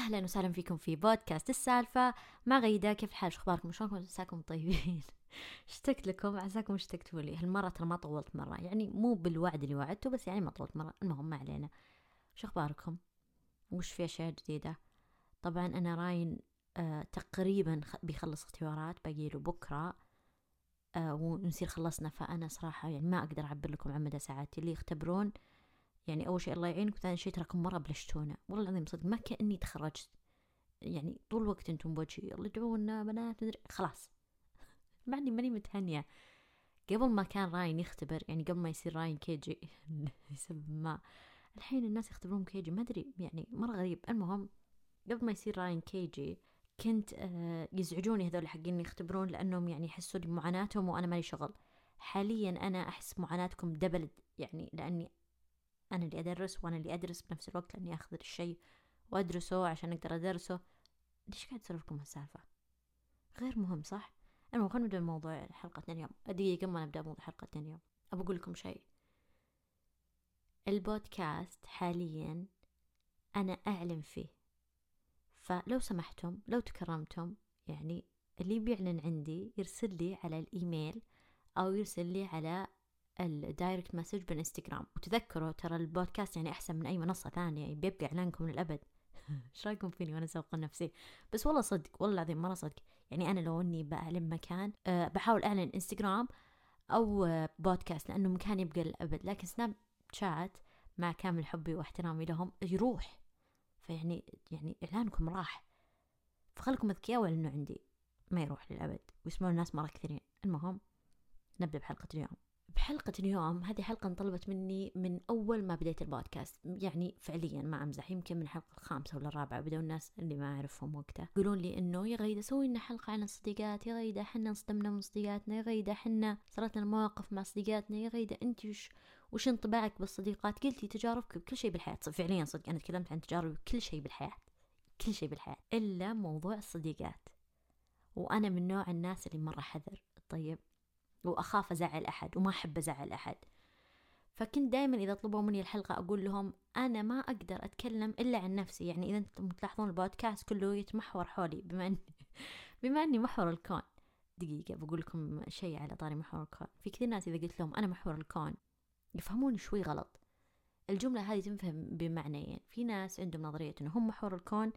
أهلا وسهلا فيكم في بودكاست السالفة مع غيدة. كيف الحال؟ شو أخباركم؟ شلونكم؟ عساكم طيبين؟ اشتقت لكم، عساكم اشتقتوا لي. هالمرة ترى ما طولت مرة، يعني مو بالوعد اللي وعدته، بس يعني ما طولت مرة. المهم ما علينا. شو أخباركم؟ وش في أشياء جديدة؟ طبعا أنا راين تقريبا بيخلص اختيارات، باقي له بكرة ونصير خلصنا. فأنا صراحة يعني ما أقدر أعبر لكم عن مدى سعادتي اللي يختبرون. يعني أول شيء الله يعينكم، ثاني شيء تراكم مرة بلشتونا والله العظيم صدق، ما كأني تخرجت. يعني طول الوقت انتم بوجهي، الله يدعونا بنات مدري خلاص. معني ماني متهنية. قبل ما كان راين يختبر، يعني قبل ما يصير راين كيجي لسبب ما، الحين الناس يختبرون كيجي ما ادري، يعني مرة غريب. المهم قبل ما يصير راين كيجي كنت يزعجوني هذول حقين يختبرون، لانهم يعني يحسوا بمعاناتهم وانا مالي شغل. حاليا انا احس معاناتكم دبل، يعني لاني انا اللي ادرس وانا اللي ادرس بنفس الوقت، لاني اخذ الشيء وادرسه عشان اقدر ادرسه. ليش قاعد اسولفكم هالسالفة؟ غير مهم صح؟ المهم خلينا نبدأ موضوع حلقتنا اليوم. دقيقة ما نبدأ موضوع حلقتنا اليوم، أبى أقول لكم شيء. البودكاست حاليا أنا أعلن فيه، فلو سمحتم لو تكرمتم، يعني اللي بيعلن عندي يرسل لي على الإيميل أو يرسل لي على الدايركت مسج بالإنستغرام. وتذكروا ترى البودكاست يعني أحسن من أي منصة ثانية، يعني بيبقى إعلانكم للأبد. ايش رايكم فيني وانا اسوق نفسي؟ بس والله صدق، والله العظيم مره صدق. يعني انا لو اني بعلن مكان بحاول اعلن انستغرام او بودكاست، لانه مكان يبقى للابد. لكن سناب شات مع كامل حبي واحترامي لهم يروح، يعني اعلانكم راح، فخلكم اذكياء واعلنوا عندي، ما يروح للابد ويسمعون الناس مره كثيرين. المهم نبدا بحلقه اليوم. بحلقة اليوم، هذه حلقة انطلبت مني من أول ما بديت البودكاست، يعني فعليا ما أمزح، يمكن من الحلقة الخامسة ولا الرابعة بدأوا الناس اللي ما أعرفهم وقتها يقولون لي إنه يا غيدة سوي لنا حلقة عن الصديقات، يا غيدة حنا انصدمنا من صديقاتنا، يا غيدة حنا صارت لنا مواقف مع صديقاتنا، يا غيدة أنت وش انطباعك بالصديقات؟ قلتي تجاربك بكل شيء بالحياة. فعليا صدق أنا تكلمت عن تجاربي بكل شيء بالحياة، كل شيء بالحياة إلا موضوع الصديقات. وأنا من نوع الناس اللي مرة حذر، طيب، وأخاف أزعل أحد وما أحب أزعل أحد. فكنت دائما إذا طلبوا مني الحلقة أقول لهم أنا ما أقدر أتكلم إلا عن نفسي. يعني إذا أنتم تلاحظون البودكاست كله يتمحور حولي، بما أني محور الكون. دقيقة بقول لكم شيء على طاري محور الكون. في كثير ناس إذا قلت لهم أنا محور الكون يفهموني شوي غلط. الجملة هذه تنفهم بمعنيين. في ناس عندهم نظرية أنه هم محور الكون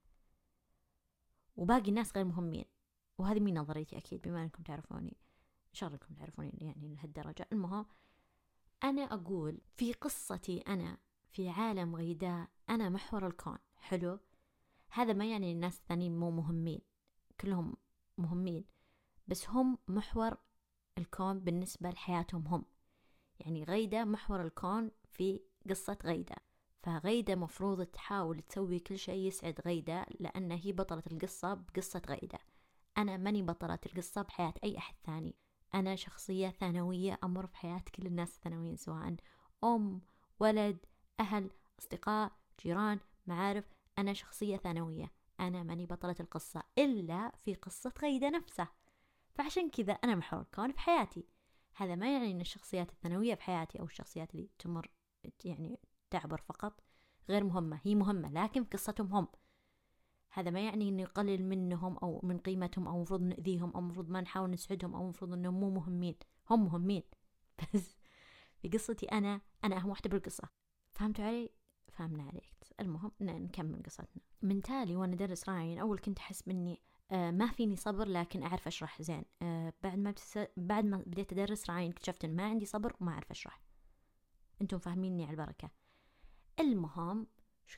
وباقي الناس غير مهمين، وهذه مين نظريتي أكيد بما أنكم تعرفوني، إن شاء الله أنكم تعرفوني يعني لهالدرجة. المهم أنا أقول في قصتي أنا في عالم غيداء أنا محور الكون. حلو، هذا ما يعني الناس الثانيين مو مهمين، كلهم مهمين، بس هم محور الكون بالنسبة لحياتهم هم. يعني غيدة محور الكون في قصة غيدة، فغيدة مفروض تحاول تسوي كل شيء يسعد غيدة لأن هي بطلة القصة بقصة غيدة. أنا ماني بطلة القصة بحياة أي أحد ثاني. أنا شخصية ثانوية أمر في حياة كل الناس الثانويين، سواء أم، ولد، أهل، أصدقاء، جيران، معارف. أنا شخصية ثانوية، أنا ماني بطلة القصة إلا في قصة غيدة نفسها. فعشان كذا أنا محور الكون في حياتي. هذا ما يعني أن الشخصيات الثانوية في حياتي أو الشخصيات اللي تمر يعني تعبر فقط غير مهمة، هي مهمة لكن في قصتهم هم. هذا ما يعني انه يقلل منهم او من قيمتهم او مفروض نأذيهم او مفروض ما نحاول نسعدهم او مفروض انهم مو مهمين. هم مهمين بس في قصتي انا اهم واحدة بالقصة. فهمتوا علي؟ فهمنا عليك. المهم نكمل قصتنا. من تالي وانا ادرس راين اول كنت احس مني ما فيني صبر لكن اعرف اشرح زين. بعد ما بديت ادرس راين اكتشفت ان ما عندي صبر وما اعرف اشرح. انتم فاهميني على البركة. المهم شو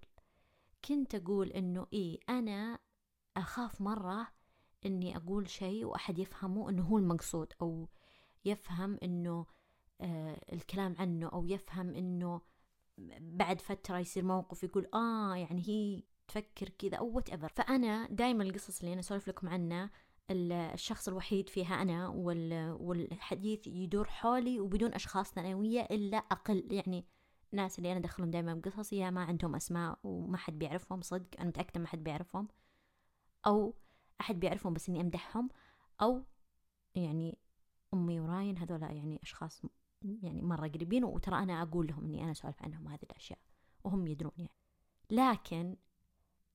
كنت أقول إنه أنا أخاف مرة إني أقول شيء وأحد يفهمه إنه هو المقصود، أو يفهم إنه الكلام عنه، أو يفهم إنه بعد فترة يصير موقف يقول يعني هي تفكر كذا أو whatever. فأنا دايما القصص اللي أنا أسولف لكم عنها الشخص الوحيد فيها أنا، والحديث يدور حولي وبدون أشخاص ثانوية إلا أقل. يعني ناس اللي أنا أدخلهم دايما بقصصي يا ما عندهم أسماء وما حد بيعرفهم، صدق أنا متأكدة ما حد بيعرفهم، أو أحد بيعرفهم بس إني أمدحهم، أو يعني أمي وراين هذولا يعني أشخاص يعني مرة قريبين، وترى أنا أقول لهم إني أنا أسولف عنهم هذه الأشياء وهم يدرون يعني. لكن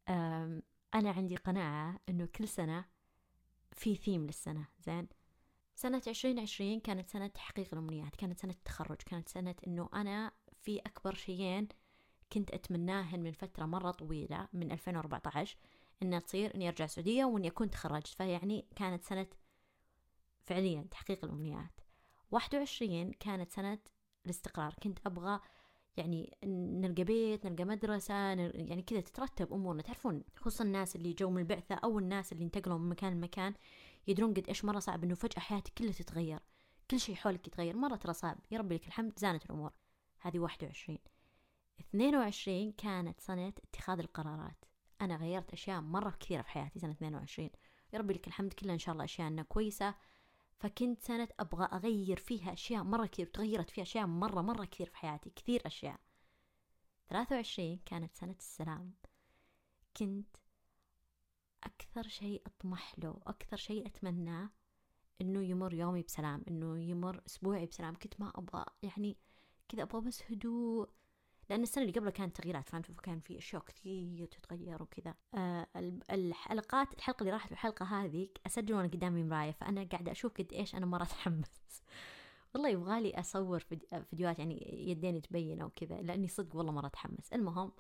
أنا عندي قناعة إنه كل سنة في ثيم للسنة. زين، سنة 2020 كانت سنة تحقيق الأمنيات، كانت سنة التخرج، كانت سنة إنه أنا في أكبر شيئين كنت أتمناهن من فترة مرة طويلة من 2014 إنها تصير، إني أرجع السعودية وإني أكون تخرجت. فيعني كانت سنة فعليا تحقيق الأمنيات. 21 كانت سنة الاستقرار، كنت أبغى يعني نلقى بيت، نلقى مدرسة، يعني كذا تترتب أمورنا. تعرفون خصوصا الناس اللي جو من البعثة أو الناس اللي انتقلوا من مكان لمكان يدرون قد إيش مرة صعب إنه فجأة حياتك كلها تتغير، كل شيء حولك يتغير مرة، ترى صعب. يا ربي لك الحمد زانت الأمور. هذه 21. 22 كانت سنة اتخاذ القرارات. أنا غيرت أشياء مرة كثيرة في حياتي سنة 22، يا ربي لك الحمد، كلها إن شاء الله أشياء أنها كويسة. فكنت سنة أبغى أغير فيها أشياء مرة كثير، تغيرت فيها أشياء مرة كثير في حياتي، كثير أشياء. 23 كانت سنة السلام. كنت أكثر شيء أطمح له، أكثر شيء أتمناه إنه يمر يومي بسلام، إنه يمر أسبوعي بسلام. كنت ما أبغى يعني كذا، أبغى بس هدوء، لأن السنة اللي قبلها كانت تغييرات، فهمت، فكان في أشياء كثير تتغير وكذا. الحلقة اللي راحت بالحلقة هذه أسجل وأنا قدامي مراية، فأنا قاعدة أشوف قد إيش أنا مرة أتحمس. والله يبغالي أصور فيديوهات يعني يديني تبين أو كذا، لأني صدق والله مرة أتحمس. المهم،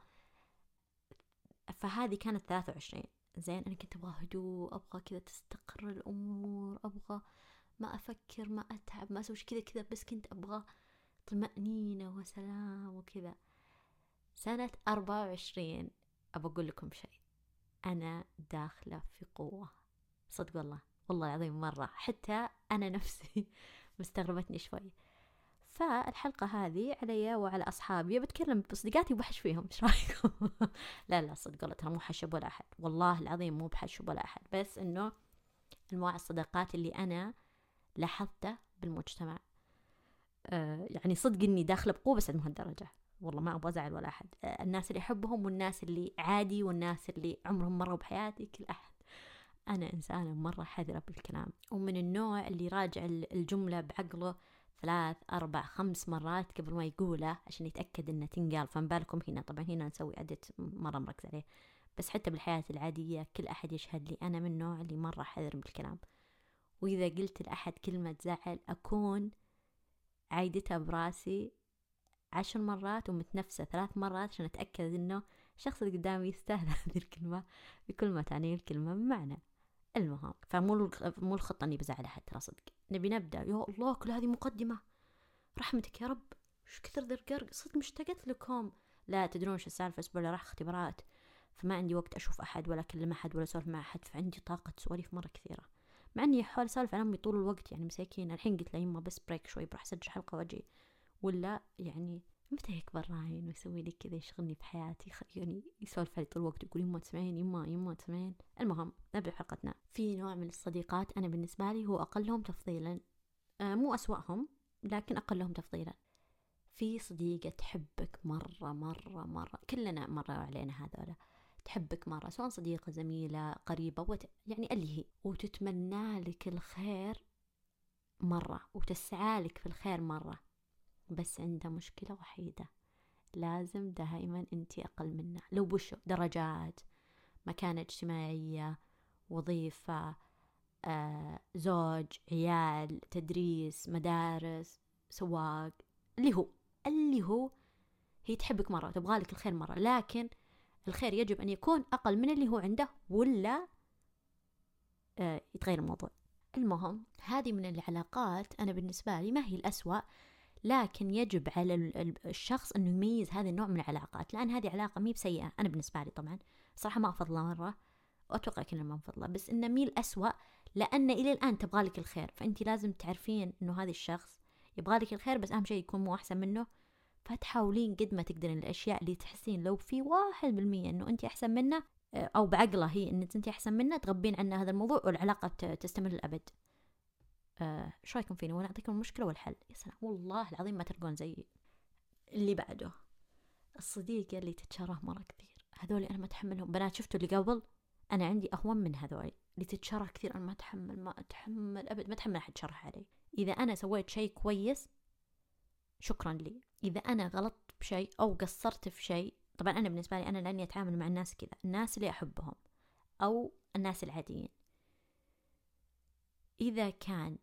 فهذه كانت 23. زين، أنا كنت أبغى هدوء، أبغى كذا تستقر الأمور، أبغى ما أفكر، ما أتعب، ما أسوي كذا بس كنت أبغى طمأنينة وسلام وكذا. سنة 24 أبغى أقول لكم شيء، أنا داخلة في قوة صدق والله العظيم مرة، حتى أنا نفسي مستغربتني شوي. فالحلقة هذه علي وعلى أصحابي، بتكلم بصديقاتي وبحش فيهم، إيش رأيكم؟ لا صدق والله، ترى مو حشب ولا أحد، والله العظيم مو بحشب ولا أحد، بس إنه أنواع الصداقات اللي أنا لاحظته بالمجتمع. يعني صدق إني داخلة بقوة، بس عند هالدرجة والله ما أبغى أزعل ولا أحد. الناس اللي أحبهم والناس اللي عادي والناس اللي عمرهم مروا بحياتي، كل أحد. أنا إنسانة مرة حذرة بالكلام، ومن النوع اللي راجع الجملة بعقله 3 4 5 مرات قبل ما يقوله عشان يتأكد إنه تنقال. فما بالكم هنا، طبعا هنا نسوي عدة مرة مركز عليه، بس حتى بالحياة العادية كل أحد يشهد لي أنا من النوع اللي مرة حذر بالكلام. وإذا قلت لأحد كلمة زعل أكون عايدتها براسي 10 مرات ومتنفسة 3 مرات عشان أتأكد إنه الشخص اللي قدامي يستاهل هذه الكلمة بكل ما تعنيه الكلمة بمعنى. المهم، فمو الخطة إني بزعل أحد، ترى صدق نبي نبدأ. يا الله كل هذه مقدمة، رحمتك يا رب، شو كثر ذا القرق، صدق مشتاقت لكم. لا تدرون شو السالفة، الأسبوع اللي راح اختبارات، فما عندي وقت أشوف أحد ولا أكلم أحد ولا أسولف مع أحد، فعندي طاقة سواليف مرة كثيرة، مع إني حاول أسولف عن أمي طول الوقت يعني مساكين. الحين قلت له يما بس بريك شوي، بروح أسجل حلقة وأجي، ولا يعني متى يكبر راين ويسوي لي كذا، يشغلني في حياتي، يعني يسولف علي طول الوقت، يقول يما تسمعين، يما تسمعين. المهم نبدأ حلقتنا. في نوع من الصديقات أنا بالنسبة لي هو أقلهم تفضيلا، مو أسوأهم لكن أقلهم تفضيلا. في صديقة تحبك مرة، كلنا مرة علينا هذولا، تحبك مرة، سواء صديقة زميلة قريبة يعني اللي هي، وتتمنى لك الخير مرة وتسعى لك في الخير مرة، بس عنده مشكلة وحيدة، لازم دائما انتي أقل منه. لو بشو درجات، مكانة اجتماعية، وظيفة، زوج، عيال، تدريس، مدارس، سواق، اللي هو هي تحبك مرة وتبغى لك الخير مرة، لكن الخير يجب أن يكون أقل من اللي هو عنده، ولا يتغير الموضوع. المهم، هذه من العلاقات أنا بالنسبة لي ما هي الأسوأ، لكن يجب على الشخص أنه يميز هذا النوع من العلاقات، لأن هذه علاقة مي بسيئة أنا بالنسبة لي، طبعا صراحة ما أفضلها مرة، وأتوقع كلنا ما نفضلها، بس إنه مي الأسوأ، لأن إلى الآن تبغى لك الخير، فأنت لازم تعرفين إنه هذا الشخص يبغى لك الخير، بس أهم شيء يكون مو أحسن منه. فتحاولين قد ما تقدرين الأشياء اللي تحسين لو في 1% إنه أنت أحسن منه، أو بعقله هي إن أنت أحسن منه، تغبين عنه هذا الموضوع والعلاقة تستمر للأبد. شو رايكم فيني وانا اعطيكم المشكله والحل؟ يا سلام والله العظيم ما ترقون زيي. اللي بعده، الصديقه اللي تتشره مره كثير، هذول انا ما اتحملهم. بنات شفتوا اللي قبل، انا عندي اهون من هذول اللي تتشره كثير، انا ما اتحمل ابد، ما اتحمل احد شرح علي. اذا انا سويت شيء كويس شكرا لي، اذا انا غلطت بشيء او قصرت في شيء طبعا أنا بالنسبة لي أنا لأني أتعامل مع الناس كذا، الناس اللي أحبهم أو الناس العاديين، إذا كان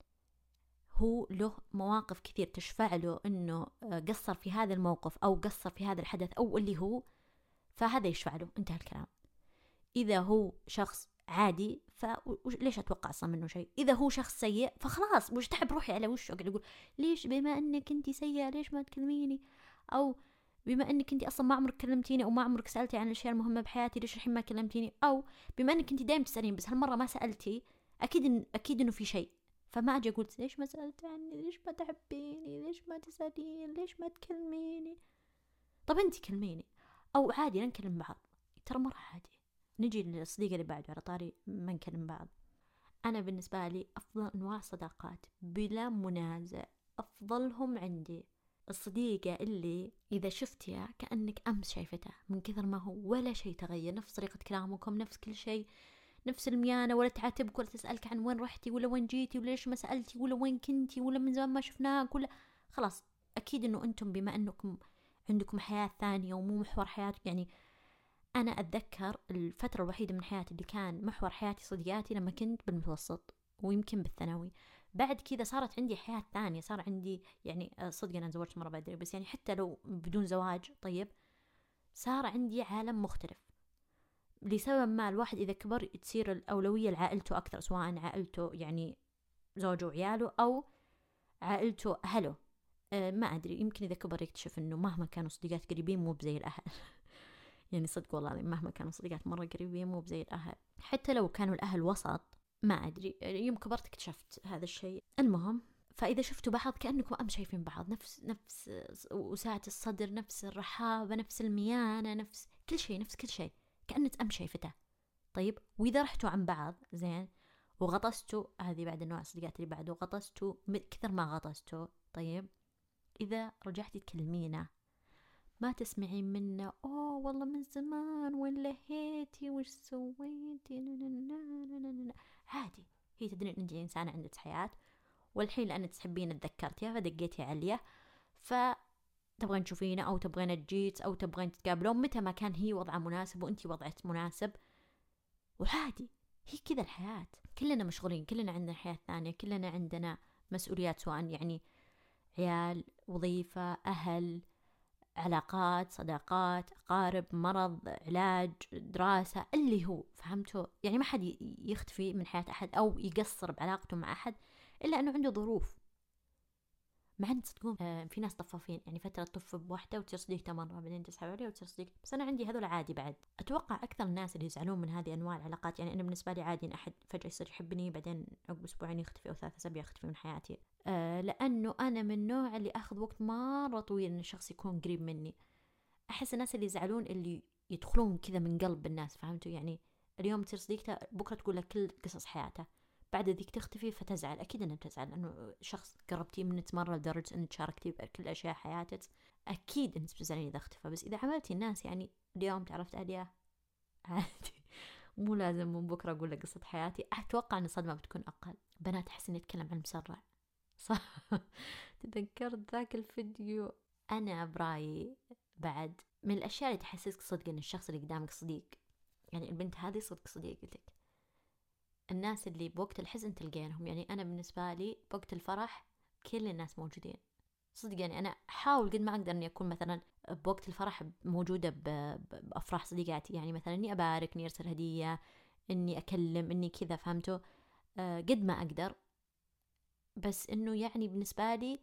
هو له مواقف كثير تشفع له إنه قصر في هذا الموقف أو قصر في هذا الحدث أو اللي هو، فهذا يشفع له، انتهى الكلام. إذا هو شخص عادي فليش أتوقع أصلا منه شيء؟ إذا هو شخص سيء فخلاص مش تعب روحي على وشه أقعد أقول ليش بما أنك أنت سيئة ليش ما تكلميني، أو بما أنك أنت أصلا ما عمرك كلمتيني أو ما عمرك سألتي عن الأشياء المهمة بحياتي ليش الحين ما كلمتيني، أو بما أنك أنت دائما تسألين بس هالمرة ما سألتي، أكيد إنه في شيء، فما أجي أقول ليش ما سألت عني، ليش ما تحبيني، ليش ما تسألين، ليش ما تكلميني. طب أنت كلميني، أو عادي نكلم بعض، ترى مرة عادي. نجي للصديق اللي بعده على طاري ما نكلم بعض. أنا بالنسبة لي أفضل أنواع الصداقات بلا منازع، أفضلهم عندي الصديقة اللي إذا شفتها كأنك أمس شايفتها، من كثر ما هو ولا شيء تغير، نفس طريقة كلامكم، نفس كل شيء، نفس الميانة، ولا تعاتبك ولا تسألك عن وين رحتي ولا وين جيتي ولا ليش ما سألتي ولا وين كنتي ولا من زمان ما شفناك ولا. خلاص أكيد أنه أنتم بما أنكم عندكم حياة ثانية ومو محور حياتك. يعني أنا أتذكر الفترة الوحيدة من حياتي اللي كان محور حياتي صديقاتي لما كنت بالمتوسط ويمكن بالثانوي. بعد كذا صارت عندي حياة ثانية، صار عندي يعني صدق أنا تزوجت مرة بدري، بس يعني حتى لو بدون زواج طيب صار عندي عالم مختلف. لسبب ما الواحد إذا كبر تصير الأولوية لعائلته أكثر، سواء عائلته يعني زوجه وعياله أو عائلته أهله. ما أدري، يمكن إذا كبر يكتشف إنه مهما كانوا صديقات قريبين مو بزي الأهل. يعني صدق والله مهما كانوا صديقات مرة قريبين مو بزي الأهل، حتى لو كانوا الأهل وسط. ما أدري، يوم كبرت اكتشفت هذا الشيء. المهم، فإذا شفتوا بعض كأنكم أم شايفين بعض، نفس وسعة الصدر، نفس الرحابة، نفس الميانة، نفس كل شيء، نفس كل شيء، كأنك أم شايفته. طيب وإذا رحتوا عن بعض زين وغطستوا، هذه بعد النوع الصديقات اللي بعده، غطستوا كثر ما غطستوا، طيب إذا رجعتي تكلمينه ما تسمعين منه أوه والله من زمان وين لهيتي وش سويتي عادي. هي تدرين أنت إنسانة عندك حياة، والحين لأنك تحبين تذكرتيها فدقيتي عليه، فتبغين تشوفينه أو تبغين تجيت أو تبغين تتقابلون متى ما كان هي وضعه مناسب وأنت وضعك مناسب، وعادي. هي كذا الحياة، كلنا مشغولين، كلنا عندنا حياة ثانية، كلنا عندنا مسؤوليات، سواء يعني عيال، وظيفة، أهل، علاقات، صداقات، أقارب، مرض، علاج، دراسة، اللي هو فهمتوا. يعني ما حد يختفي من حياة أحد أو يقصر بعلاقته مع أحد إلا أنه عنده ظروف. مع أن تصدقون في ناس طفافين، يعني فترة تطف بواحدة وتصير صديقته مرة بعدين تسحب عليها وتصير صديقة. بس أنا عندي هذول عادي بعد. أتوقع أكثر الناس اللي يزعلون من هذه أنواع العلاقات، يعني أنا بالنسبة لي عادي إن أحد فجأة يصير يحبني بعدين عقب أسبوعين يختفي أو 3 أسابيع يختفي من حياتي. لأنه أنا من النوع اللي أخذ وقت مرة طويل إن الشخص يكون قريب مني. أحس الناس اللي يزعلون اللي يدخلون كذا من قلب الناس، فهمتوا؟ يعني اليوم تصير صديقته بكرة تقول لك كل قصص حياته، بعد ذيك تختفي فتزعل. أكيد أنها تزعل لأنه شخص قربتي منك مرة لدرجة أنك شاركتي بكل أشياء حياتك، أكيد أنت بتزعلين إذا اختفى. بس إذا عملتي الناس يعني اليوم تعرفت عليها عادي، مو لازم من بكرة أقول لك قصة حياتي. أتوقع أن الصدمة بتكون أقل. بنات أحس إني أتكلم عن مسرع صح. تذكرت ذاك الفيديو. أنا برايي بعد من الأشياء اللي تحسسك صدق إن الشخص اللي قدامك صديق، يعني البنت هذه صدق صديقتك. الناس اللي بوقت الحزن تلقينهم، يعني أنا بالنسبة لي بوقت الفرح كل الناس موجودين صدق. يعني أنا أحاول قد ما أقدر إني أكون مثلا بوقت الفرح موجودة بأفراح صديقاتي، يعني مثلا إني أبارك، إني أرسل هدية، إني أكلم، إني كذا، فهمتوا؟ قد ما أقدر. بس إنه يعني بالنسبة لي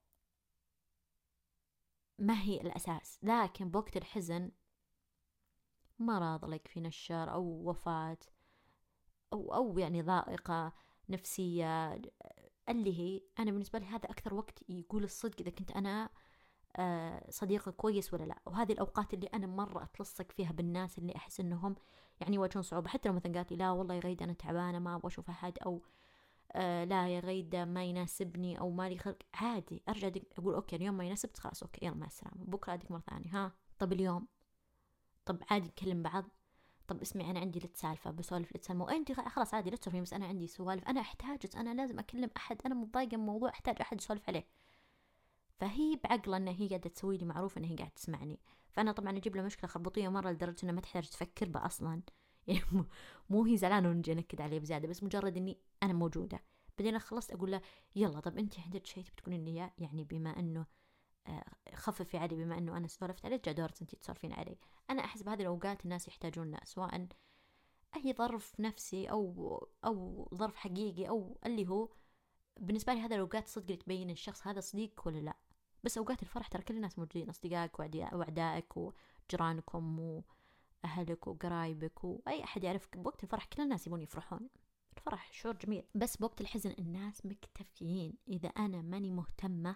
ما هي الأساس. لكن بوقت الحزن، مرض الله يكفينا الشر أو وفاة أو يعني ضائقة نفسية، اللي هي أنا بالنسبة لي هذا أكثر وقت يقول الصدق إذا كنت أنا صديق كويس ولا لا. وهذه الأوقات اللي أنا مرة أتلصق فيها بالناس اللي أحس إنهم يعني يواجهون صعوبة، حتى لو مثلا قالت لي لا والله يا غيدة أنا تعبانة ما أبغى أشوف أحد، أو لا يا غيدة ما يناسبني أو مالي خلق، عادي أرجع أقول أوكي اليوم ما يناسبك خلاص أوكي يلا مع السلامة، بكرة أديك مرة ثانية. ها طب اليوم، طب عادي نكلم بعض، طب اسمعي أنا عندي لك سالفة بسولف لك سالفة، أنت خلاص عادي لا تسولفين بس أنا عندي سوالف أنا أحتاجت، أنا لازم أكلم أحد، أنا متضايقة من موضوع أحتاج أحد يسولف عليه. فهي بعقلها أن هي قاعدة تسوي لي معروف أن هي قاعدة تسمعني، فأنا طبعا أجيب له مشكلة خربطية مرة لدرجة أنه ما تحتاج تفكر بها أصلا. يعني مو هي زعلانة ونجي نكد عليه بزيادة، بس مجرد أني أنا موجودة. بعدين خلصت أقول له يلا طب أنت عندك شيء بتقولين لي إياه، يعني بما أنه خففي علي، بما أنه أنا سولفت عليك جاء دورك أنت تسولفين علي. أنا أحس بهذه الأوقات الناس يحتاجوننا، سواء أي ظرف نفسي أو ظرف حقيقي أو اللي هو. بالنسبة لي هذا الأوقات صدق اللي تبين الشخص هذا صديق ولا لا. بس أوقات الفرح ترى كل الناس موجودين، أصدقائك وأعدائك وجيرانكم وأهلك وقرايبك وأي أحد يعرفك. بوقت الفرح كل الناس يبون يفرحون، الفرح شعور جميل. بس بوقت الحزن الناس مكتفيين. إذا أنا ماني مهتمة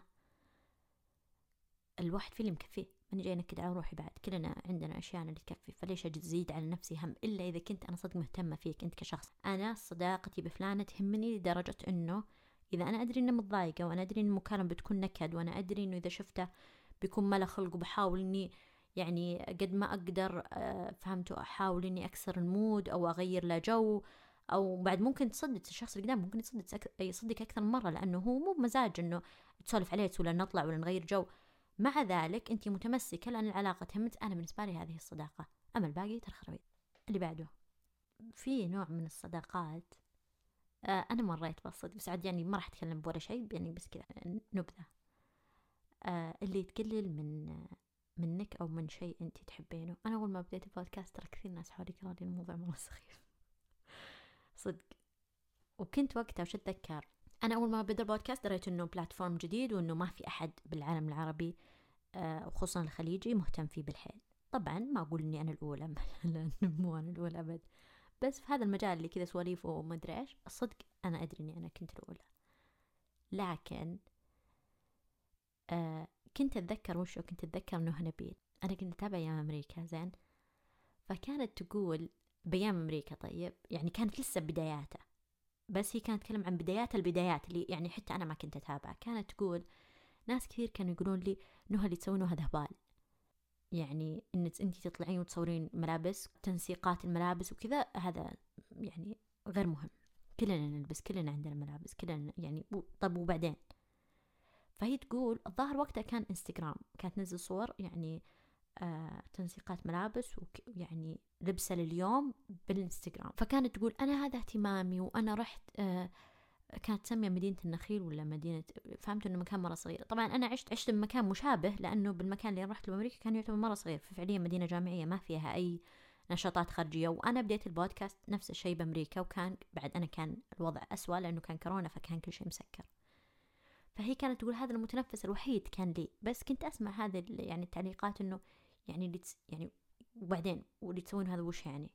الواحد في اللي مكفيه، ماني جاي نكد على روحي بعد، كلنا عندنا أشياء اللي تكفي، فليش أزيد على نفسي هم؟ إلا إذا كنت أنا صدق مهتمة فيك أنت كشخص. أنا صداقتي بفلانة تهمني لدرجة أنه إذا أنا أدري إنه متضايقة، وأنا أدري إن المكالمة بتكون نكد، وأنا أدري إنه إذا شفته بيكون ملا خلق، وبحاول إني يعني قد ما أقدر فهمتوا أحاول إني أكسر المود أو أغير له جو، أو بعد ممكن تصدق الشخص اللي قدام ممكن يصدق أكثر من مرة، لأنه هو مو بمزاج إنه تسولف عليه ولا نطلع ولا نغير جو. مع ذلك أنت متمسكة لأن العلاقة تهمت. أنا بالنسبة لي هذه الصداقة، أما الباقي ترخربيط. اللي بعده في نوع من الصداقات أنا مريت بالصدق، بس عاد يعني ما راح أتكلم بولا شيء، يعني بس كذا نبذة. اللي تقلل منك أو من شيء أنت تحبينه. أنا أول ما بديت البودكاست ترى كثير ناس حولي قالوا لي الموضوع مرة سخيف صدق. وكنت وقتها وش أتذكر، أنا أول ما بدأ البودكاست دريت إنه بلاتفورم جديد، وإنه ما في أحد بالعالم العربي وخصوصا الخليجي مهتم فيه بالحيل. طبعا ما أقول إني أنا الأولى لأن مو أنا الأولى أبد، بس في هذا المجال اللي كذا سواليف وما أدري إيش، الصدق أنا أدري إني أنا كنت الأولى. لكن كنت أتذكر إنه نبيل، أنا كنت أتابع أيام أمريكا زين، فكانت تقول بأيام أمريكا طيب يعني كانت لسه بداياته، بس هي كانت تتكلم عن البدايات اللي يعني حتى أنا ما كنت أتابع. كانت تقول ناس كثير كانوا يقولون لي إنه اللي تسوونه هذا هبال، يعني إنك أنتي تطلعين وتصورين ملابس، تنسيقات الملابس وكذا، هذا يعني غير مهم، كلنا نلبس، كلنا عندنا ملابس، كلنا يعني. طب وبعدين؟ فهي تقول الظاهر وقتها كان انستغرام، كانت تنزل صور يعني تنسيقات ملابس ويعني لبسة لليوم بالانستغرام. فكانت تقول أنا هذا اهتمامي، وأنا رحت كانت تسمي مدينة النخيل ولا مدينة، فهمت إنه مكان مرة صغير. طبعا أنا عشت بمكان مشابه، لأنه بالمكان اللي رحت بأمريكا كان يعتبر مرة صغير، ففعليا مدينة جامعية ما فيها أي نشاطات خارجية. وأنا بديت البودكاست نفس الشيء بأمريكا، وكان بعد أنا كان الوضع أسوأ لأنه كان كورونا، فكان كل شيء مسكر. فهي كانت تقول هذا المتنفس الوحيد كان لي. بس كنت أسمع هذه يعني التعليقات إنه يعني اللي يعني وبعدين واللي تسوين هذا وش يعني.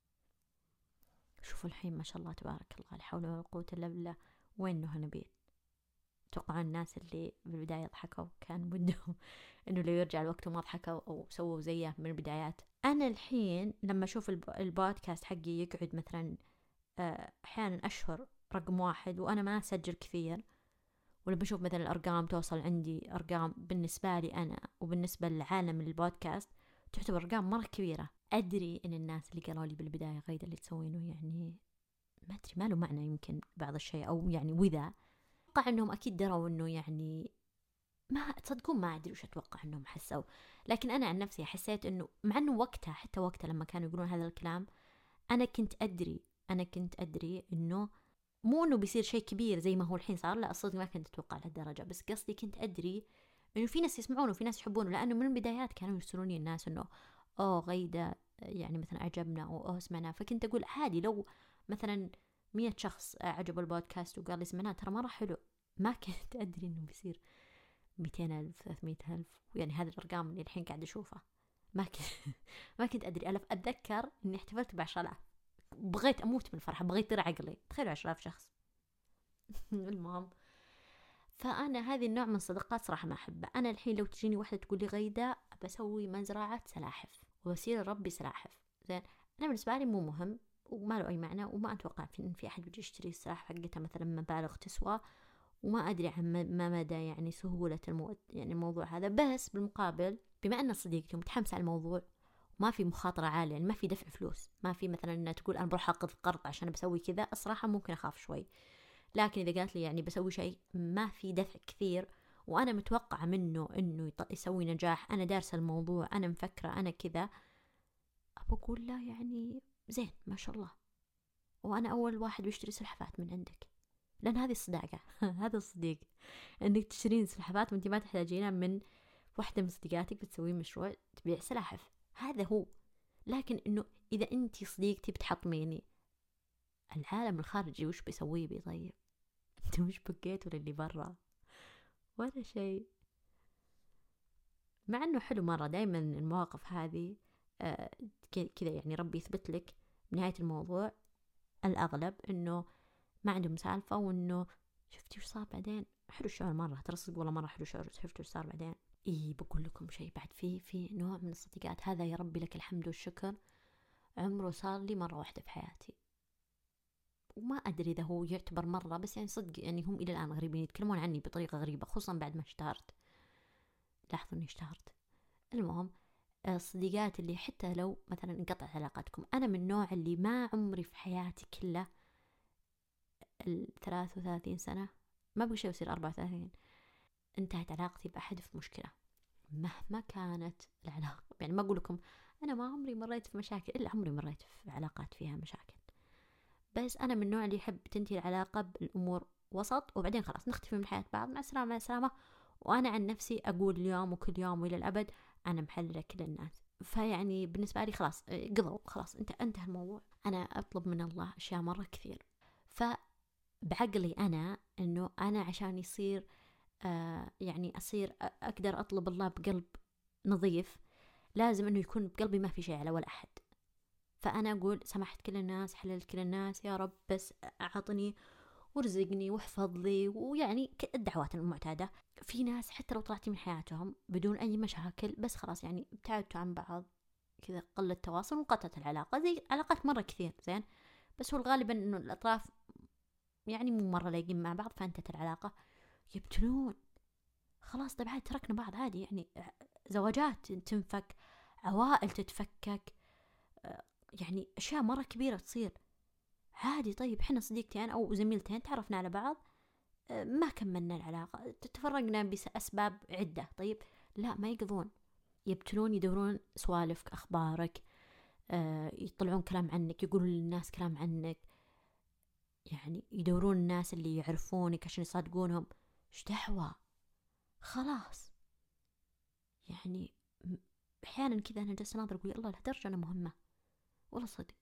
شوفوا الحين ما شاء الله تبارك الله لا حول ولا قوة إلا بالله، وين نهى نبيل؟ توقع الناس اللي بالبداية ضحكوا كان بدهم إنه لو يرجع الوقت وما ضحكوا أو سووا زيه من البدايات. أنا الحين لما أشوف البودكاست حقي يقعد مثلا أحيانا أشهر رقم 1 وأنا ما أسجل كثير، ولما بشوف مثلا الأرقام توصل عندي أرقام بالنسبة لي أنا وبالنسبة للعالم البودكاست تعتبر أرقام مرة كبيرة. أدري إن الناس اللي قالوا لي بالبداية غير اللي تسوينه يعني ما أدري ما له معنى يمكن بعض الشيء، أو يعني وإذا أتوقع أنهم أكيد دروا أنه يعني ما تصدقون ما أدري وش أتوقع أنهم حسوا. لكن أنا عن نفسي حسيت أنه مع أنه وقتها حتى وقتها لما كانوا يقولون هذا الكلام أنا كنت أدري أنه مو أنه بيصير شيء كبير زي ما هو الحين صار، لا الصدق ما كنت أتوقع لهالدرجة، بس قصدي كنت أدري إنه في ناس يسمعونه وفي ناس يحبونه، لأنه من البدايات كانوا يرسلوني الناس إنه غيدة يعني مثلا عجبنا أو سمعنا. فكنت أقول عادي لو مثلا 100 شخص عجب البودكاست وقال لي سمعناه ترى مرة حلو. ما كنت أدري إنه بيصير 200,000 300,000، يعني هذه الأرقام اللي الحين قاعد أشوفها ما كنت أدري. أتذكر إني احتفلت ب10,000، بغيت أموت من الفرحة، بغيت يطير عقلي، تخيلوا 10,000 شخص المهم. فأنا هذه النوع من الصداقات صراحة ما أحبها. أنا الحين لو تجيني واحدة تقول لي غيدة بسوي مزرعة سلاحف وبصير ربي سلاحف، زين أنا بالنسبة لي مو مهم وما له أي معنى، وما أتوقع إن في أحد بيجي يشتري السلاحف حقتها مثلا مبالغ تسوى، وما أدري عن ما مدى يعني سهولة يعني الموضوع هذا. بس بالمقابل بما أن صديقتي متحمسة على الموضوع ما في مخاطرة عالية، يعني ما في دفع فلوس، ما في مثلا أنها تقول أنا بروح أخذ قرض عشان بسوي كذا، الصراحة ممكن أخاف شوي. لكن إذا قالت لي يعني بسوي شيء ما في دفع كثير وأنا متوقعة منه إنه يسوي نجاح، أنا دارسة الموضوع، أنا مفكرة، أنا كذا، أقول لا يعني زين ما شاء الله، وأنا أول واحد بيشتري سلحفات من عندك، لأن هذه الصداقة هذا الصديق، إنك تشترين سلحفات وأنت ما تحتاجينها من واحدة من صديقاتك بتسوي مشروع تبيع سلاحف، هذا هو. لكن إنه إذا أنت صديقتي بتحطميني، العالم الخارجي وش بيسوي بي؟ طيب أنت وش بقيت ولا اللي برا؟ ولا شيء. مع أنه حلو مرة دايما المواقف هذه كذا يعني ربي يثبت لك بنهاية الموضوع الأغلب إنه ما عندهم سالفة، وإنه شفتي وش صار بعدين. حلو الشعور مرة، ترى صدق والله مرة حلو الشعور، شفتي وش صار بعدين. بقول لكم شيء بعد، في نوع من الصديقات هذا يا ربي لك الحمد والشكر، عمره صار لي مرة واحدة في حياتي، وما أدري إذا هو يعتبر مرة، بس يعني صدق يعني هم إلى الآن غريبين، يتكلمون عني بطريقة غريبة، خصوصا بعد ما اشتهرت. لاحظوا إني اشتهرت. المهم الصديقات اللي حتى لو مثلا انقطعت علاقتكم، أنا من النوع اللي ما عمري في حياتي كله 33 سنة، ما بقى شيء يصير 34، انتهت علاقتي بأحد في مشكلة مهما كانت العلاقة. يعني ما أقول لكم أنا ما عمري مريت في مشاكل، إلا عمري مريت في علاقات فيها مشاكل، بس أنا من النوع اللي يحب تنتهي العلاقة بالأمور وسط، وبعدين خلاص نختفي من حياة بعض، مع السلامة مع السلامة. وأنا عن نفسي أقول اليوم وكل يوم وإلى الأبد أنا محللة كل الناس، فيعني بالنسبة لي خلاص قضوا، خلاص انتهى الموضوع. أنا أطلب من الله أشياء مرة كثير، فبعقلي أنا إنه أنا عشان يصير يعني أصير أقدر أطلب الله بقلب نظيف، لازم إنه يكون بقلبي ما في شيء على ولا أحد. فأنا أقول سمحت كل الناس، حللت كل الناس يا رب، بس أعطني وارزقني واحفظ لي، ويعني الدعوات المعتادة. في ناس حتى لو طلعتي من حياتهم بدون أي مشاكل، بس خلاص يعني ابتعدتوا عن بعض كذا، قلة تواصل وانقطعت العلاقة، زي علاقات مرة كثير زين، بس هو الغالبا إنه الأطراف يعني مو مرة لايقين مع بعض فانتهت العلاقة. يبتلون خلاص طيب عادي تركنا بعض عادي، يعني زواجات تنفك، عوائل تتفكك، يعني أشياء مرة كبيرة تصير عادي. طيب إحنا صديقتين أو زميلتين تعرفنا على بعض، ما كملنا العلاقة، تفرقنا بأسباب عدة، طيب لا ما يقضون، يبتلون يدورون سوالفك أخبارك، يطلعون كلام عنك، يقولون للناس كلام عنك، يعني يدورون الناس اللي يعرفونك عشان يصادقونهم. ايش دعوة؟ خلاص يعني أحيانا كذا أنا جالسة أناظر أقول الله لهالدرجة أنا مهمة، والله صدق.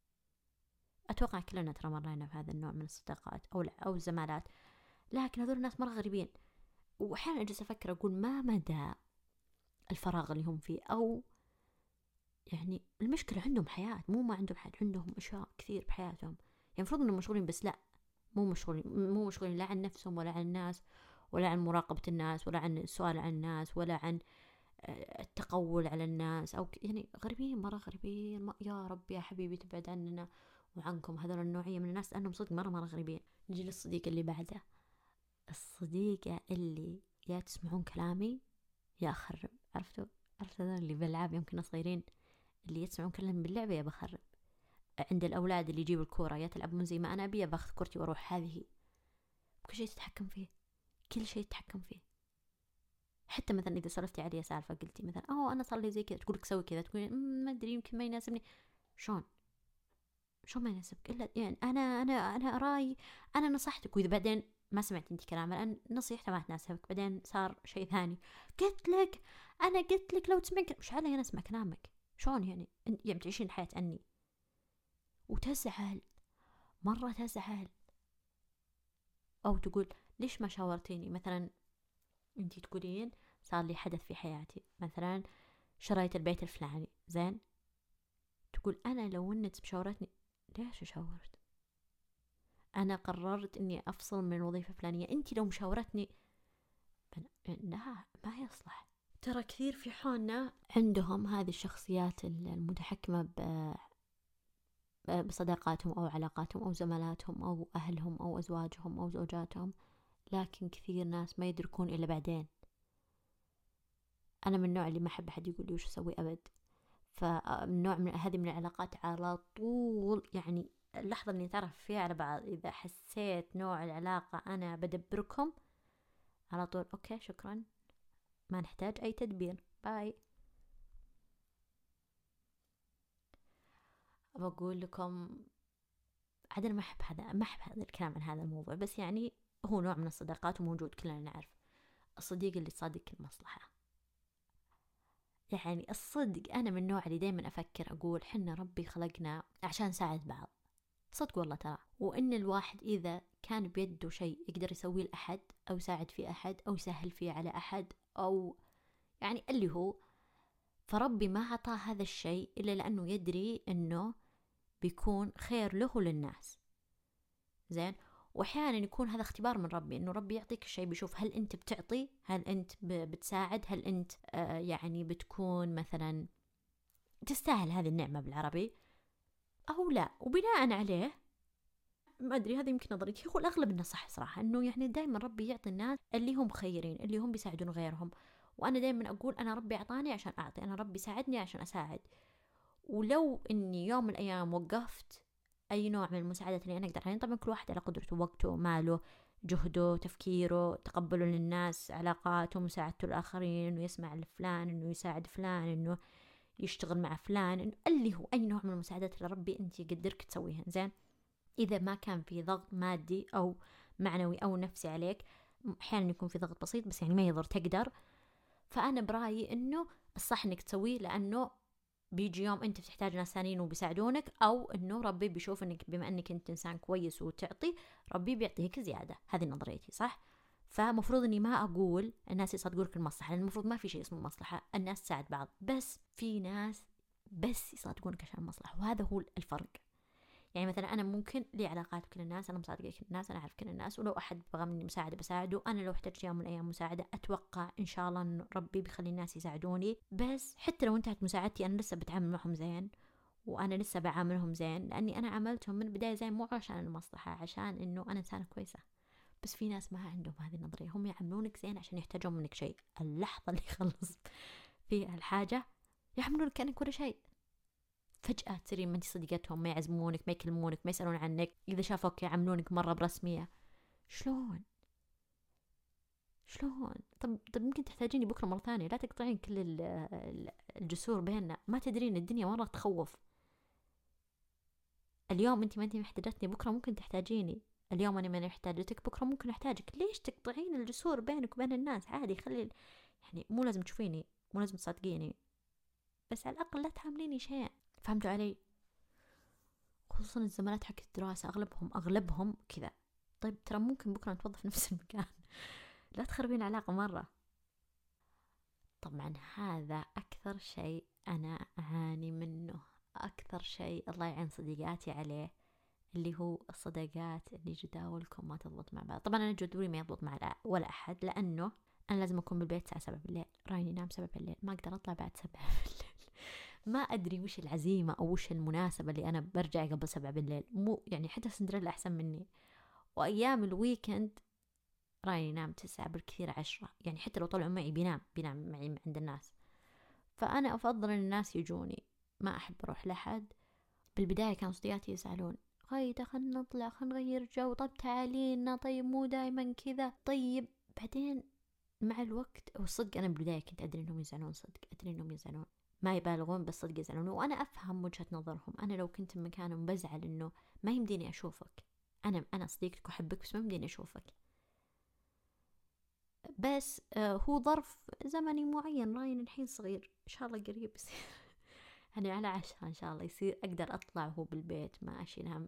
أتوقع كلنا ترى مرينا في هذا النوع من الصداقات أو الزمالات، لكن هذول الناس مرة غريبين. وأحيانا أجلس أفكر أقول ما مدى الفراغ اللي هم فيه، أو يعني المشكلة عندهم حياة، مو ما عندهم حياة، عندهم أشياء كثير بحياتهم، يعني المفروض إنهم مشغولين، بس لا، مو مشغولين لا عن نفسهم ولا عن الناس، ولا عن مراقبة الناس، ولا عن السؤال عن الناس، ولا عن التقول على الناس، أو يعني غريبين مرة غريبين. يا رب يا حبيبي تبعد عننا وعنكم هذول النوعية من الناس، لأنهم صدق مرة غريبين. نجي للصديق اللي بعده، الصديقة اللي يا تسمعون كلامي يا أخرب. عرفتوا هذول اللي بالألعاب يمكن صغيرين، اللي يسمعون كلامي باللعبة يا بخرب. عند الأولاد اللي يجيبوا الكورة يا تلعبون زي ما أنا أبي، باخذ كورتي وأروح. هذه كل شيء تتحكم فيه، كل شيء تتحكم فيه. حتى مثلا إذا سولفتي عليها سالفة قلتي مثلا أنا صار لي زي كذا، تقولك سوي كذا، تقولي ما أدري يمكن ما يناسبني. شلون ما يناسبك؟ إلا يعني أنا أراي، أنا نصحتك، وإذا بعدين ما سمعت أنت كلامه لأن نصيحته ما تناسبك، بعدين صار شيء ثاني، قلت لك لو تسمعين مش علي أنا أسمع كلامك. شلون يعني تعيشين الحياة عني؟ وتزعل مرة تزعل، أو تقول ليش ما شاورتيني مثلا. أنتي تقولين صار لي حدث في حياتي، مثلا شريت البيت الفلاني زين، تقول أنا لو أنت مشاورتني، ليش شاورت؟ أنا قررت إني أفصل من الوظيفة الفلانية، أنتي لو مشاورتني لا ما يصلح. ترى كثير في حولنا عندهم هذه الشخصيات المتحكمة بصداقاتهم أو علاقاتهم أو زملاتهم أو أهلهم أو أزواجهم أو زوجاتهم، لكن كثير ناس ما يدركون إلا بعدين. أنا من النوع اللي ما أحب أحد يقول لي وش أسوي أبد، فمن نوع من هذه من العلاقات على طول، يعني اللحظة اللي نتعرف فيها على بعض إذا حسيت نوع العلاقة أنا بدبركم، على طول أوكي شكرا، ما نحتاج أي تدبير، باي. بقول لكم عاد أنا ما أحب هذا الكلام عن هذا الموضوع، بس يعني هو نوع من الصداقات وموجود، كلنا نعرف الصديق اللي تصادق المصلحة. يعني الصدق أنا من النوع اللي دايما أفكر أقول حنا ربي خلقنا عشان نساعد بعض، صدق والله ترى، وإن الواحد إذا كان بيده شيء يقدر يسويه لأحد أو يساعد فيه أحد أو يسهل فيه على أحد أو يعني اللي هو، فربي ما عطاه هذا الشيء إلا لأنه يدري أنه بيكون خير له للناس. زين، وأحيانا يكون هذا اختبار من ربي، أنه ربي يعطيك الشيء بيشوف هل أنت بتعطي، هل أنت بتساعد، هل أنت يعني بتكون مثلا تستاهل هذه النعمة بالعربي أو لا، وبناء عليه ما أدري، هذا يمكن نظريتي، هو الأغلب إنه صح صراحة، إنه يعني دائما ربي يعطي الناس اللي هم خيرين، اللي هم بيساعدون غيرهم. وأنا دائما أقول أنا ربي أعطاني عشان أعطي، أنا ربي ساعدني عشان أساعد. ولو إني يوم من الأيام وقفت أي نوع من المساعدات اللي أنا أقدر عليه، طبعا كل واحد على قدرته، وقته، ماله، جهده، تفكيره، تقبله للناس، علاقاته، مساعدته الآخرين، إنه يسمع لفلان، إنه يساعد فلان، إنه يشتغل مع فلان، إنه اللي هو أي نوع من المساعدات اللي ربي أنت يقدرك تسويها. زين، إذا ما كان في ضغط مادي أو معنوي أو نفسي عليك، أحيانا يكون في ضغط بسيط بس يعني ما يضر تقدر، فأنا برأيي إنه الصح إنك تسويه، لأنه بيجي يوم أنت بتحتاج ناس ثانيين وبيساعدونك، أو إنه ربي بيشوف إنك بما إنك أنت إنسان كويس وتعطي، ربي بيعطيك زيادة. هذه نظريتي صح. فمفروض إني ما أقول الناس يصدقونك المصلحة، لأن المفروض ما في شيء اسمه مصلحة، الناس تساعد بعض، بس في ناس بس يصدقونك عشان المصلحة، وهذا هو الفرق. يعني مثلا أنا ممكن لي علاقات بكل الناس، أنا مصادقة كل الناس، أنا أعرف كل الناس، ولو أحد بغى مني مساعدة بساعده. أنا لو احتجت يوم من الأيام مساعدة أتوقع إن شاء الله إن ربي بيخلي الناس يساعدوني. بس حتى لو انتهت مساعدتي أنا لسه بتعامل معهم زين، وأنا لسه بعاملهم زين، لأني أنا عملتهم من البداية زين، مو عشان المصلحة، عشان إنه أنا إنسانة كويسة. بس في ناس ما عندهم هذه النظرية، هم يعاملونك زين عشان يحتاجون منك شيء، اللحظة اللي يخلص في الحاجة يعاملونك كأنك ولا شيء. فجأة تصيرين ما انت صديقتهم، ما يعزمونك، ما يكلمونك، ما يسألون عنك، إذا شافوك يعاملونك مرة برسمية. شلون؟ طب ممكن تحتاجيني بكرة مرة ثانية، لا تقطعين كل الجسور بيننا، ما تدرين الدنيا مرة تخوف. اليوم انت ما انت محتاجتني، بكرة ممكن تحتاجيني. اليوم انا ما محتاجتك، بكرة ممكن احتاجك. ليش تقطعين الجسور بينك وبين الناس؟ عادي، خلي يعني مو لازم تشوفيني، مو لازم تصدقيني، بس على الأقل لا تعامليني شيء. فهمتوا علي؟ خصوصا الزمالات حق الدراسة أغلبهم كذا. طيب ترى ممكن بكرة نتوظف نفس المكان، لا تخربين علاقة مرة. طبعا هذا أكثر شيء أنا أعاني منه، أكثر شيء الله يعين صديقاتي عليه، اللي هو الصداقات اللي جداولكم ما تضبط مع بعض. طبعا أنا جدولي ما يضبط مع ولا أحد، لأنه أنا لازم أكون بالبيت الساعة 7 بالليل، رايني ينام 7 بالليل، ما أقدر أطلع بعد 7 بالليل. ما أدري وش العزيمة أو وش المناسبة اللي أنا برجع قبل 7 بالليل، مو يعني حتى سندريلا أحسن مني. وأيام الويكند رايني ينام 9 بالكثير 10، يعني حتى لو طلعوا معي بينام معي عند الناس. فأنا أفضل أن الناس يجوني، ما أحب أروح لحد. بالبداية كانوا صديقاتي يزعلون، غايدة خلنا نطلع، خلنا نغير جو، طيب تعالينا، طيب مو دايما كذا، طيب. بعدين مع الوقت، والصدق أنا بالبداية كنت أدري أنهم يزعلون، صدق أدري أنهم يزعلون، ما يبالغون، بس صدق يزعلون، وأنا أفهم وجهة نظرهم. أنا لو كنت مكانهم بزعل إنه ما يمديني أشوفك، أنا صديقتك وأحبك، بس ما يمديني أشوفك. بس هو ظرف زمني معين، راين الحين صغير، إن شاء الله قريب يصير أنا على 10 إن شاء الله يصير أقدر أطلع وهو بالبيت ما أشيل هم.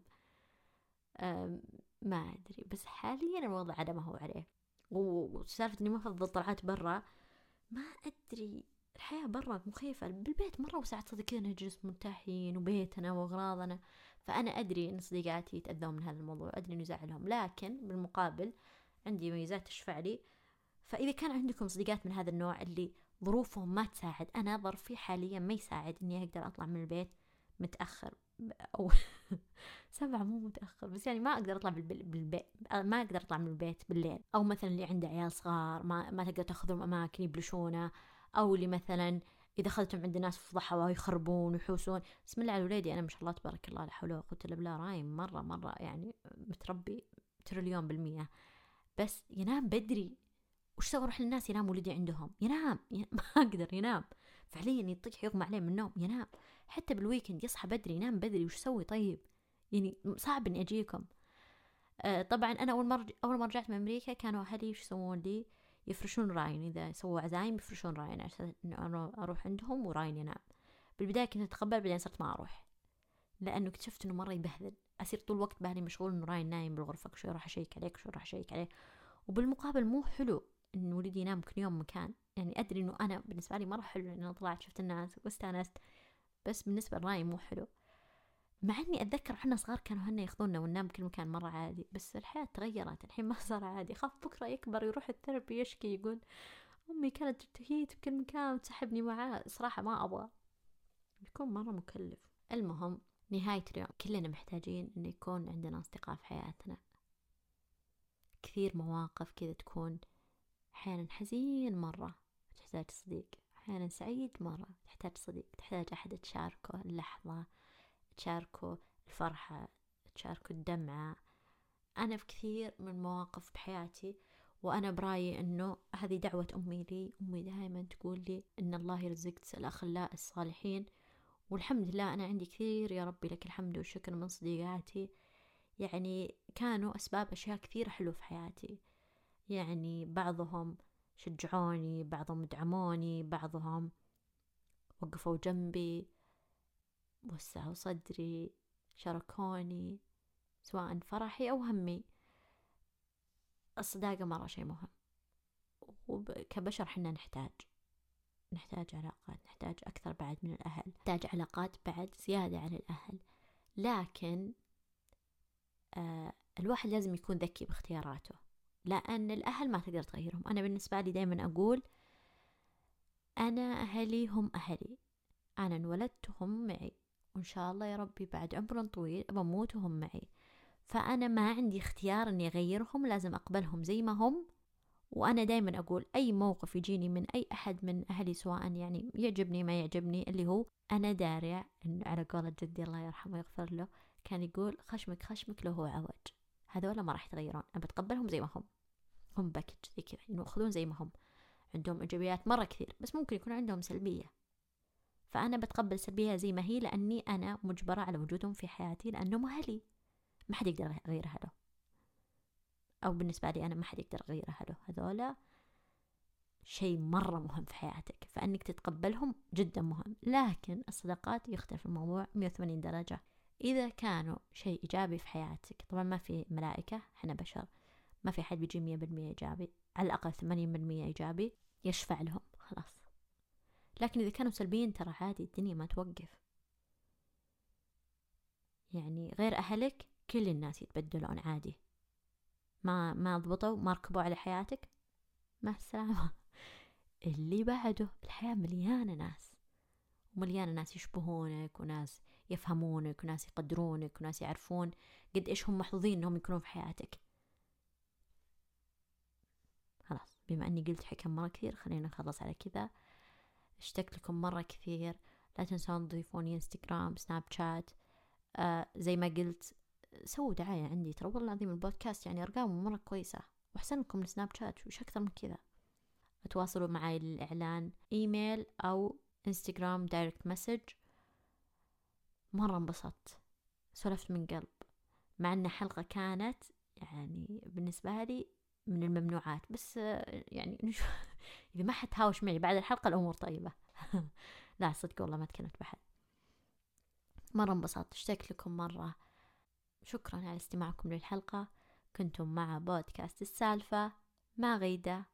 ما أدري، بس حاليا الوضع على ما هو عليه. وسالفة إني ما أفضل طلعات برا، ما أدري، الحياة برا مخيفة، بالبيت مرة وساعات صدق كذا نجلس مرتاحين وبيتنا وأغراضنا. فأنا أدري إن صديقاتي يتأذون من هذا الموضوع، أدري إنه يزعلهم، لكن بالمقابل عندي ميزات تشفع لي. فإذا كان عندكم صديقات من هذا النوع اللي ظروفهم ما تساعد، أنا ظرفي حاليا ما يساعد إني أقدر أطلع من البيت متأخر أو 7 مو متأخر، بس يعني ما أقدر أطلع بالبيت، ما أقدر أطلع من البيت بالليل، أو مثلا اللي عنده عيال صغار ما تقدر تأخذهم أماكن يبلشونه، أو اللي مثلا إذا أخذتهم عند ناس فضحوا ويخربون ويحوسون. بسم الله على ولادي، أنا ما شاء الله تبارك الله لا حول ولا قوة إلا بالله، رايم مرة يعني متربي 1,000,000,000%، بس ينام بدري وش سوي؟ أروح للناس ينام ولدي عندهم، ينام ما أقدر ينام فعليا، يطيح يغمى عليه من النوم ينام. حتى بالويكند يصحى بدري ينام بدري، وش سوي طيب؟ يعني صعب إني أجيكم. طبعا أنا أول ما رجعت من أمريكا كانوا أهلي وش يسوون لي؟ يفرشون راين، إذا سووا عزايم يفرشون راين عشان أنا أروح عندهم وراين ينام. بالبداية كنت أتقبل، بعدين صرت ما أروح، لأنه اكتشفت إنه مرة يبهذل، أصير طول الوقت بالي مشغول إنه راين نايم بالغرفة، شوي أروح أشيك عليك، شوي أروح أشيك عليه. وبالمقابل مو حلو إنه ولدي ينام كل يوم مكان، يعني أدري إنه أنا بالنسبة لي مرة حلو إنه طلعت شفت الناس واستانست، بس بالنسبة لراي مو حلو. مع إني أتذكر إحنا صغار كانوا هنا ياخذوننا وننام بكل مكان مرة عادي، بس الحياة تغيرت الحين ما صار عادي. خاف بكرة يكبر يروح الثيرابي يشكي يقول أمي كانت تهيت بكل مكان وتسحبني معاه. صراحة ما أبغى، بيكون مرة مكلف. المهم نهاية اليوم كلنا محتاجين إن يكون عندنا أصدقاء في حياتنا. كثير مواقف كذا تكون أحيانا حزين مرة تحتاج صديق، أحيانا سعيد مرة تحتاج صديق، تحتاج أحد تشاركه اللحظة، تشاركه الفرحة، تشاركه الدمعة. أنا في كثير من مواقف بحياتي وأنا برأيي أنه هذه دعوة أمي لي. أمي دائما تقول لي إن الله يرزقك الأخلاء الصالحين، والحمد لله أنا عندي كثير يا ربي لك الحمد والشكر من صديقاتي، يعني كانوا أسباب أشياء كثير حلوة في حياتي. يعني بعضهم شجعوني، بعضهم دعموني، بعضهم وقفوا جنبي، وسعوا صدري، شاركوني سواء فرحي أو همي. الصداقة مرة شيء مهم، وكبشر حنا نحتاج علاقات، نحتاج أكثر بعد من الأهل، نحتاج علاقات بعد زيادة عن الأهل. لكن الواحد لازم يكون ذكي باختياراته، لأن الأهل ما تقدر تغيرهم. أنا بالنسبة لي دايما أقول أنا أهلي هم أهلي، أنا انولدت هم معي، وإن شاء الله يا ربي بعد عمر طويل بموت وهم معي. فأنا ما عندي اختيار أني أغيرهم، لازم أقبلهم زي ما هم. وأنا دايما أقول أي موقف يجيني من أي أحد من أهلي سواء يعني يعجبني ما يعجبني، اللي هو أنا دارع إنه على قولة جدي الله يرحمه ويغفر له كان يقول خشمك خشمك لو هو عوج، هذولا ما راح يتغيرون، أنا بتقبلهم زي ما هم باكج زي كذا، إنه يأخذون زي ما هم. عندهم إيجابيات مرة كثير بس ممكن يكون عندهم سلبية، فأنا بتقبل سلبية زي ما هي، لأني أنا مجبرة على وجودهم في حياتي لأنهم أهلي، ما حد يقدر يغير أهله، أو بالنسبة لي أنا ما حد يقدر يغير أهله. هذولا شيء مرة مهم في حياتك، فأنك تتقبلهم جدا مهم. لكن الصداقات يختلف الموضوع 180 درجة. إذا كانوا شيء إيجابي في حياتك، طبعا ما في ملائكة، إحنا بشر، ما في حد بيجي 100% إيجابي، على الأقل 80% إيجابي يشفع لهم خلاص. لكن إذا كانوا سلبيين ترى عادي، الدنيا ما توقف. يعني غير أهلك كل الناس يتبدلون عادي، ما ضبطوا ما ركبوا على حياتك، مع السلامة. اللي بعده الحياة مليانة ناس، ومليانة ناس يشبهونك، وناس يفهمونك، وناس يقدرونك، وناس يعرفون قد إيش هم محظوظين إنهم يكونون في حياتك. خلاص بما أني قلت حكم مرة كثير خلينا نخلص على كذا. اشتقت لكم مرة كثير، لا تنسون تضيفوني انستغرام سناب شات. زي ما قلت سووا دعاية عندي، ترى والله العظيم البودكاست يعني أرقامه مرة كويسة، وأحسن لكم السناب شات، وش أكثر من كذا. تواصلوا معي للإعلان إيميل أو انستغرام دايركت مسج. مرة انبسطت، سولفت من قلب، مع أن حلقة كانت يعني بالنسبة لي من الممنوعات، بس يعني إذا ما حد هاوش معي بعد الحلقة الأمور طيبة. لا صدق والله ما تكلمت بحد. مرة انبسطت، اشتقت لكم مرة. شكرا على استماعكم للحلقة. كنتم مع بودكاست السالفة مع غيدة.